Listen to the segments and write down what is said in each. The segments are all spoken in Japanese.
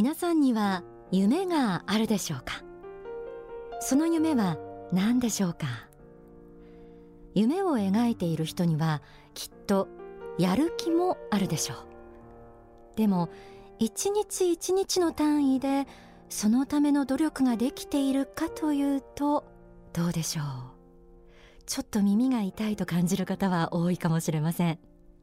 皆さんには夢があるでしょうか？その夢は何でしょうか？夢を描いている人にはきっとやる気もあるでしょう。でも一日一日の単位でそのための努力ができているかというとどうでしょう。ちょっと耳が痛いと感じる方は多いかもしれません。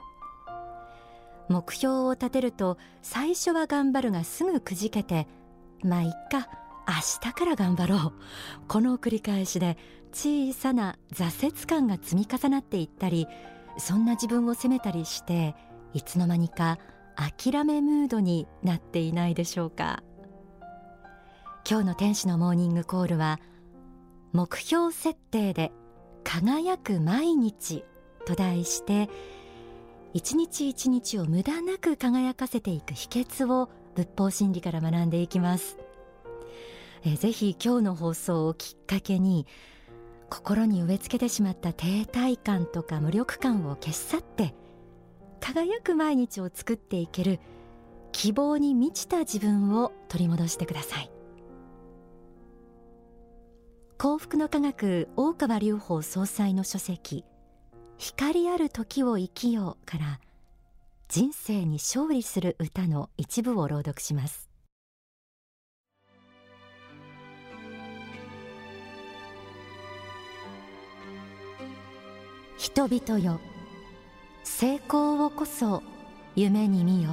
目標を立てると最初は頑張るがすぐくじけて、まあいっか、明日から頑張ろう、この繰り返しで小さな挫折感が積み重なっていったり、そんな自分を責めたりして、いつの間にか諦めムードになっていないでしょうか。今日の天使のモーニングコールは、目標設定で輝く毎日と題して、一日一日を無駄なく輝かせていく秘訣を仏法真理から学んでいきます。ぜひ今日の放送をきっかけに、心に植え付けてしまった停滞感とか無力感を消し去って、輝く毎日を作っていける希望に満ちた自分を取り戻してください。幸福の科学大川隆法総裁の書籍、光ある時を生きようから人生に勝利する歌の一部を朗読します。人々よ、成功をこそ夢に見よ。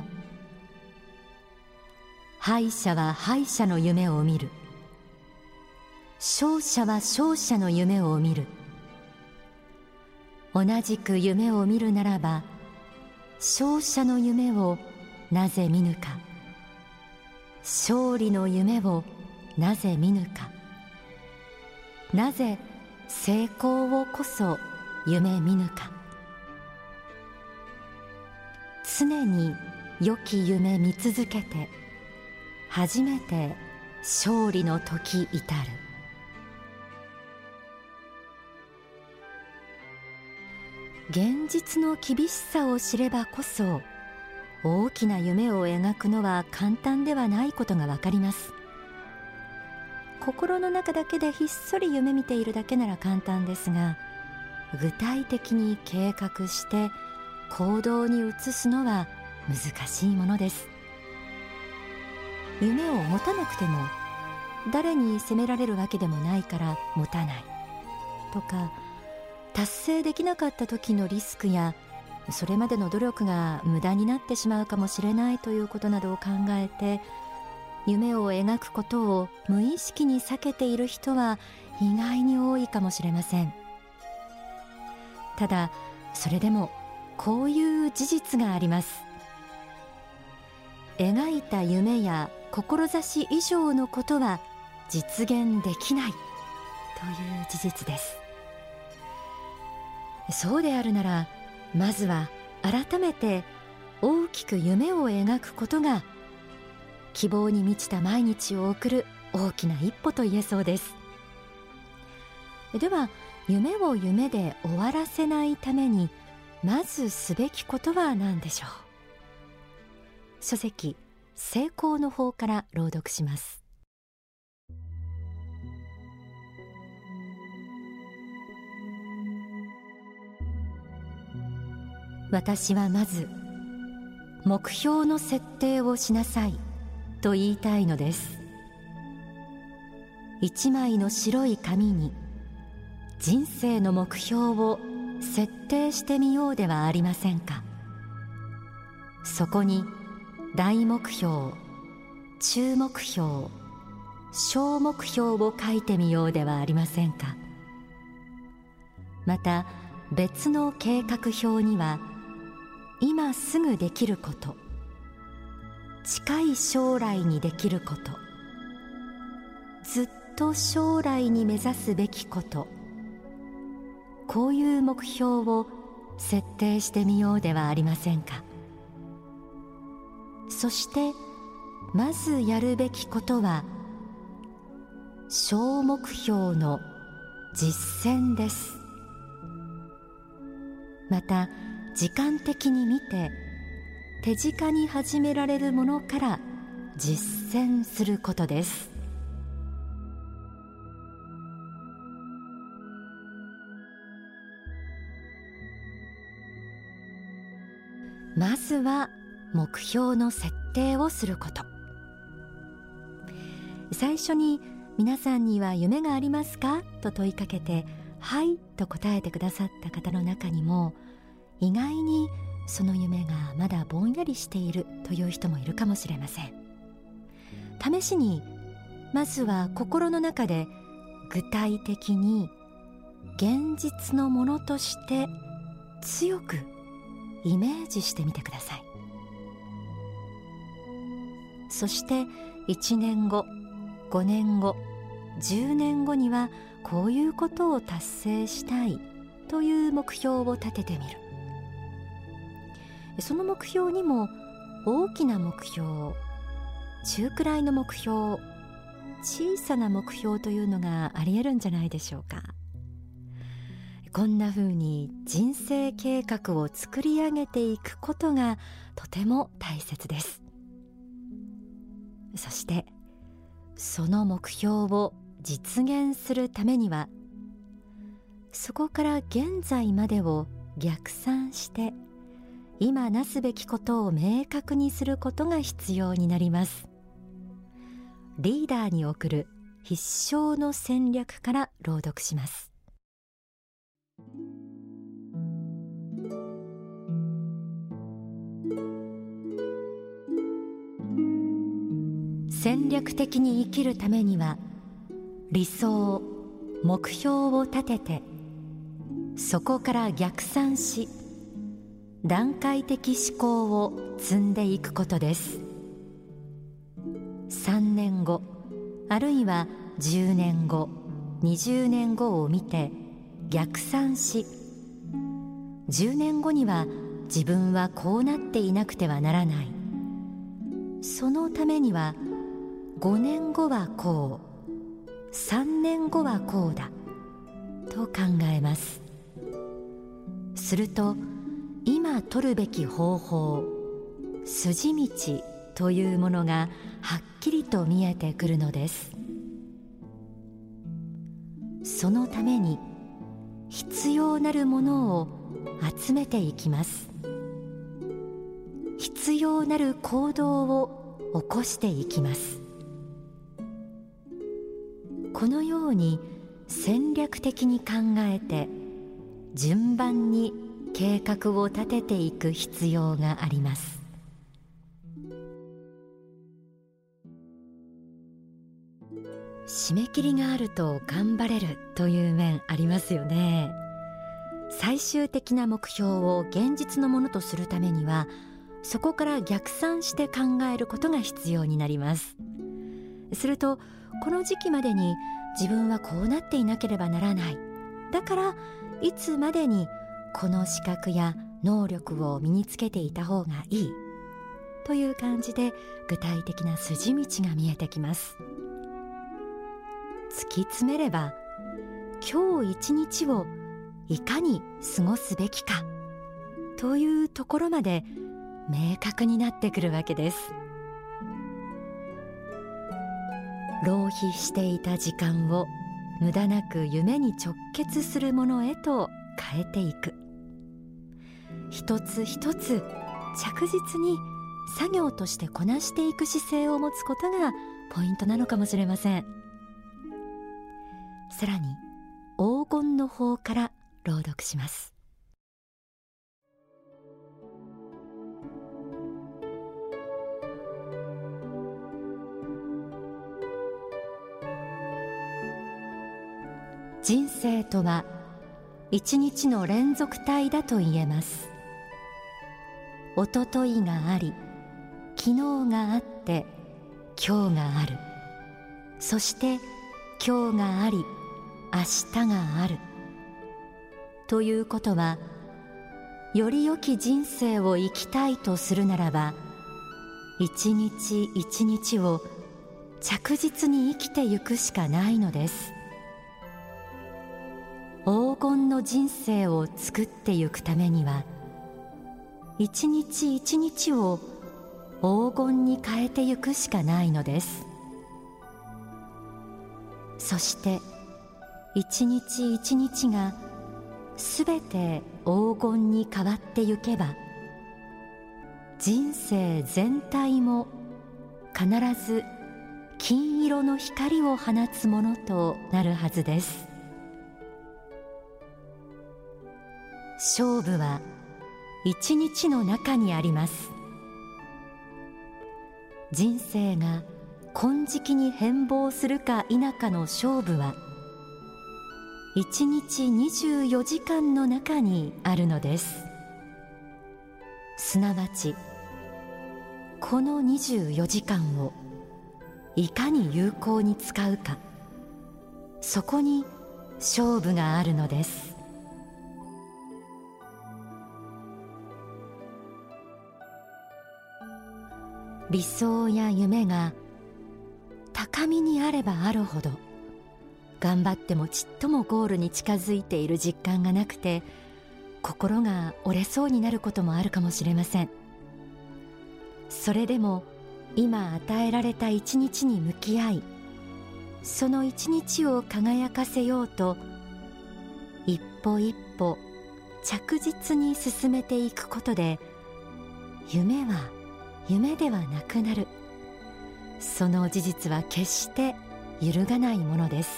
敗者は敗者の夢を見る。勝者は勝者の夢を見る。同じく夢を見るならば、勝者の夢をなぜ見ぬか。勝利の夢をなぜ見ぬか。なぜ成功をこそ夢見ぬか。常に良き夢見続けて、初めて勝利の時至る。現実の厳しさを知ればこそ、大きな夢を描くのは簡単ではないことがわかります。心の中だけでひっそり夢見ているだけなら簡単ですが、具体的に計画して行動に移すのは難しいものです。夢を持たなくても、誰に責められるわけでもないから持たないとか、達成できなかった時のリスクや、それまでの努力が無駄になってしまうかもしれないということなどを考えて、夢を描くことを無意識に避けている人は意外に多いかもしれません。ただ、それでもこういう事実があります。描いた夢や志以上のことは実現できないという事実です。そうであるなら、まずは改めて大きく夢を描くことが、希望に満ちた毎日を送る大きな一歩と言えそうです。では、夢を夢で終わらせないためにまずすべきことは何でしょう。書籍、成功の法から朗読します。私はまず目標の設定をしなさいと言いたいのです。一枚の白い紙に人生の目標を設定してみようではありませんか。そこに大目標、中目標、小目標を書いてみようではありませんか。また別の計画表には、今すぐできること、近い将来にできること、ずっと将来に目指すべきこと、こういう目標を設定してみようではありませんか。そしてまずやるべきことは、小目標の実践です。また時間的に見て、手近に始められるものから実践することです。まずは目標の設定をすること。最初に皆さんには夢がありますかと問いかけて、はいと答えてくださった方の中にも、意外にその夢がまだぼんやりしているという人もいるかもしれません。試しにまずは心の中で具体的に現実のものとして強くイメージしてみてください。そして1年後、5年後、10年後にはこういうことを達成したいという目標を立ててみる。その目標にも大きな目標、中くらいの目標、小さな目標というのがあり得るんじゃないでしょうか。こんな風に人生計画を作り上げていくことがとても大切です。そしてその目標を実現するためには、そこから現在までを逆算して今なすべきことを明確にすることが必要になります。リーダーに送る必勝の戦略から朗読します。戦略的に生きるためには、理想、目標を立てて、そこから逆算し、段階的思考を積んでいくことです。3年後、あるいは10年後、20年後を見て逆算し、10年後には自分はこうなっていなくてはならない、そのためには5年後はこう、3年後はこうだと考えます。すると今取るべき方法、筋道というものがはっきりと見えてくるのです。そのために必要なるものを集めていきます。必要なる行動を起こしていきます。このように戦略的に考えて順番に計画を立てていく必要があります。締め切りがあると頑張れるという面ありますよね。最終的な目標を現実のものとするためには、そこから逆算して考えることが必要になります。するとこの時期までに自分はこうなっていなければならない、だからいつまでにこの資格や能力を身につけていた方がいいという感じで、具体的な筋道が見えてきます。突き詰めれば、今日一日をいかに過ごすべきかというところまで明確になってくるわけです。浪費していた時間を無駄なく夢に直結するものへと変えていく。一つ一つ着実に作業としてこなしていく姿勢を持つことがポイントなのかもしれません。さらに黄金の法から朗読します。人生とは一日の連続体だと言えます。おとといがあり、昨日があって今日がある、そして今日があり明日があるということは、より良き人生を生きたいとするならば、一日一日を着実に生きてゆくしかないのです。黄金の人生を作ってゆくためには、一日一日を黄金に変えてゆくしかないのです。そして一日一日がすべて黄金に変わってゆけば、人生全体も必ず金色の光を放つものとなるはずです。勝負は一日の中にあります。人生が金色に変貌するか否かの勝負は一日24時間の中にあるのです。すなわちこの24時間をいかに有効に使うか、そこに勝負があるのです。理想や夢が高みにあればあるほど、頑張ってもちっともゴールに近づいている実感がなくて、心が折れそうになることもあるかもしれません。それでも今与えられた一日に向き合い、その一日を輝かせようと一歩一歩着実に進めていくことで、夢は夢ではなくなる、その事実は決して揺るがないものです。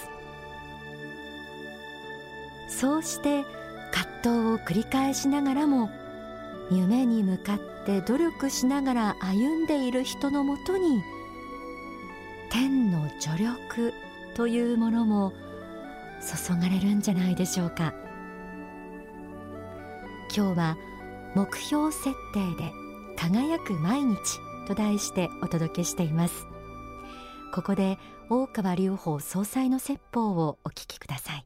そうして葛藤を繰り返しながらも、夢に向かって努力しながら歩んでいる人のもとに、天の助力というものも注がれるんじゃないでしょうか。今日は目標設定で輝く毎日と題してお届けしています。ここで大川隆法総裁の説法をお聞きください。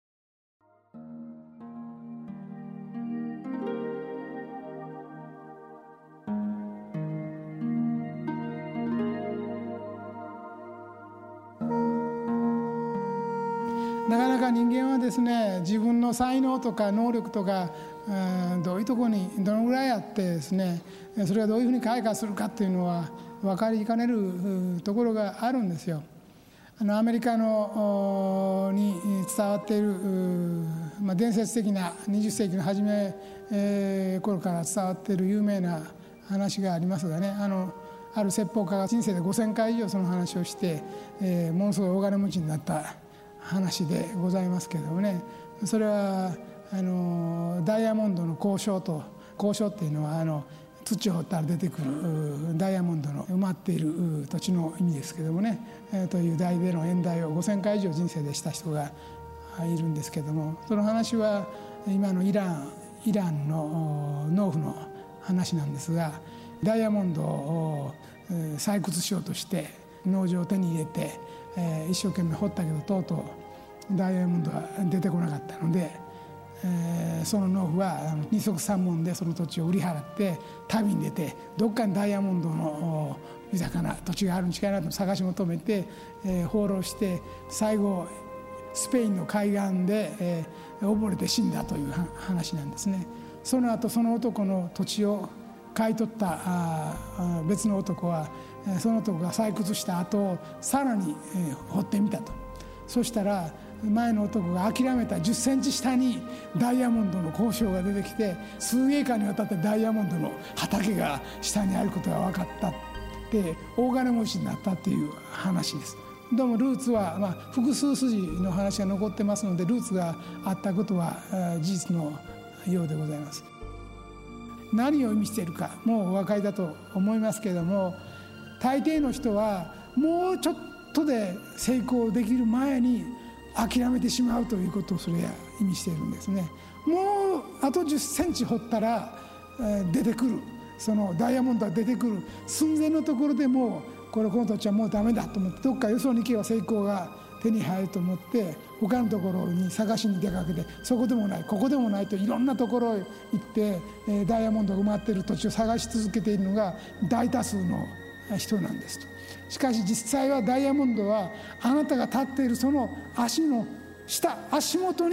なかなか人間はですね、自分の才能とか能力とか、どういうところにどのぐらいあってですね、それがどういうふうに開花するかっていうのは分かりかねるところがあるんですよ。アメリカのに伝わっている、伝説的な20世紀の初め、頃から伝わっている有名な話がありますがね、ある説法家が人生で5000回以上その話をして、ものすごい大金持ちになった話でございますけれどもね、それはダイヤモンドの鉱床っていうのは土を掘ったら出てくるダイヤモンドの埋まっている土地の意味ですけどもね、という題での演題を5000回以上人生でした人がいるんですけども、その話は今のイランの農夫の話なんですが、ダイヤモンドを採掘しようとして農場を手に入れて、一生懸命掘ったけどとうとうダイヤモンドは出てこなかったので、その農夫は二足三門でその土地を売り払って旅に出て、どっかにダイヤモンドの豊かな土地があるに違いないと探し求めて、放浪して最後スペインの海岸で、溺れて死んだという話なんですね。その後その男の土地を買い取った別の男は、その男が採掘した後をさらに掘ってみたと。そしたら前の男が諦めた10センチ下にダイヤモンドの鉱床が出てきて、数エーカーにわたってダイヤモンドの畑が下にあることが分かったって大金持ちになったっていう話です。どうもルーツは、複数筋の話が残ってますので、ルーツがあったことは事実のようでございます。何を意味しているかもうお分かりだと思いますけれども、大抵の人はもうちょっとで成功できる前に諦めてしまうということをそれは意味しているんですね。もうあと10センチ掘ったら出てくる、そのダイヤモンドが出てくる寸前のところでもうこの土地はもうダメだと思って、どっかよそに行けば成功が手に入ると思って他のところに探しに出かけて、そこでもないここでもないといろんなところへ行ってダイヤモンドが埋まっている土地を探し続けているのが大多数の人なんですと。しかし実際はダイヤモンドはあなたが立っているその足の下、足元に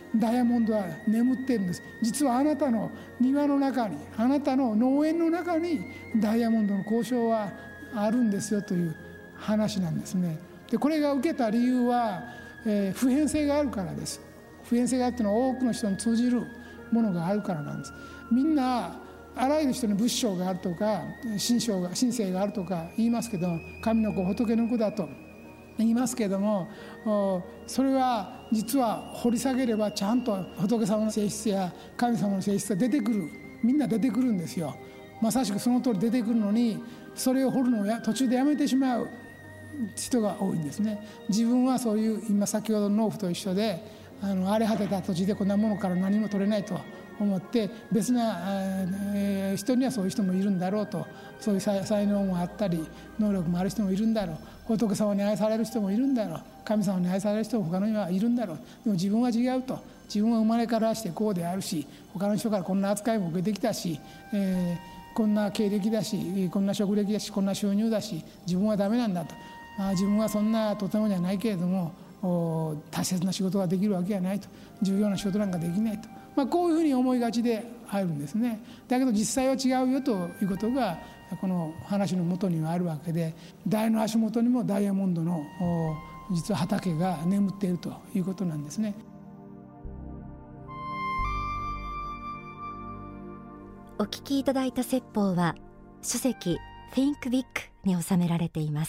ダイヤモンドは眠っているんです。実はあなたの庭の中に、あなたの農園の中にダイヤモンドの交渉はあるんですよという話なんですね。でこれが受けた理由は、普遍性があるからです。普遍性があるというのは多くの人に通じるものがあるからなんです。みんなあらゆる人に仏性があるとか神性があるとか言いますけど、神の子仏の子だと言いますけれども、それは実は掘り下げればちゃんと仏様の性質や神様の性質が出てくる、みんな出てくるんですよ。まさしくその通り出てくるのに、それを掘るのを途中でやめてしまう人が多いんですね。自分はそういう今先ほどの農夫と一緒で、荒れ果てた土地でこんなものから何も取れないと思って、別な人にはそういう人もいるんだろうと、そういう才能もあったり能力もある人もいるんだろう、仏様に愛される人もいるんだろう、神様に愛される人も他のにはいるんだろう。でも自分は違うと。自分は生まれからしてこうであるし、他の人からこんな扱いも受けてきたし、こんな経歴だし、こんな職歴だし、こんな収入だし、自分はダメなんだと。自分はそんなとてもじゃないけれども大切な仕事ができるわけがないと、重要な仕事なんかできないと、こういうふうに思いがちであるんですね。だけど実際は違うよということがこの話の元にはあるわけで、台の足元にもダイヤモンドの実は畑が眠っているということなんですね。 お聞きいただいた説法は書籍 Think Big に収められています。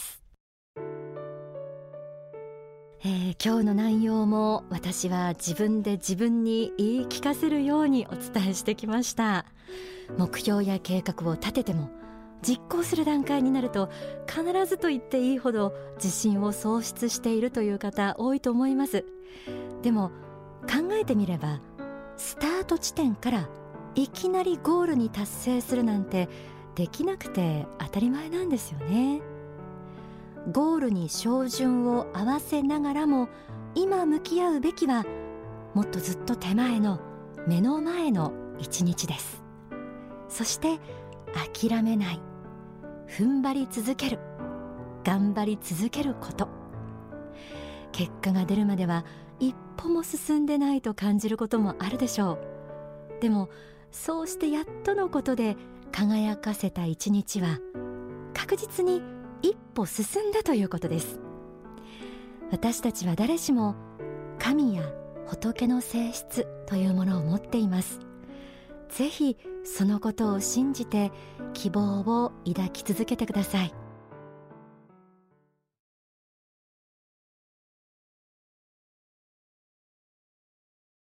今日の内容も私は自分で自分に言い聞かせるようにお伝えしてきました。目標や計画を立てても実行する段階になると必ずと言っていいほど自信を喪失しているという方多いと思います。でも考えてみれば、スタート地点からいきなりゴールに達成するなんてできなくて当たり前なんですよね。ゴールに照準を合わせながらも、今向き合うべきはもっとずっと手前の目の前の一日です。そして諦めない、踏ん張り続ける、頑張り続けること。結果が出るまでは一歩も進んでないと感じることもあるでしょう。でもそうしてやっとのことで輝かせた一日は確実に一歩進んだということです。私たちは誰しも神や仏の性質というものを持っています。ぜひそのことを信じて希望を抱き続けてください。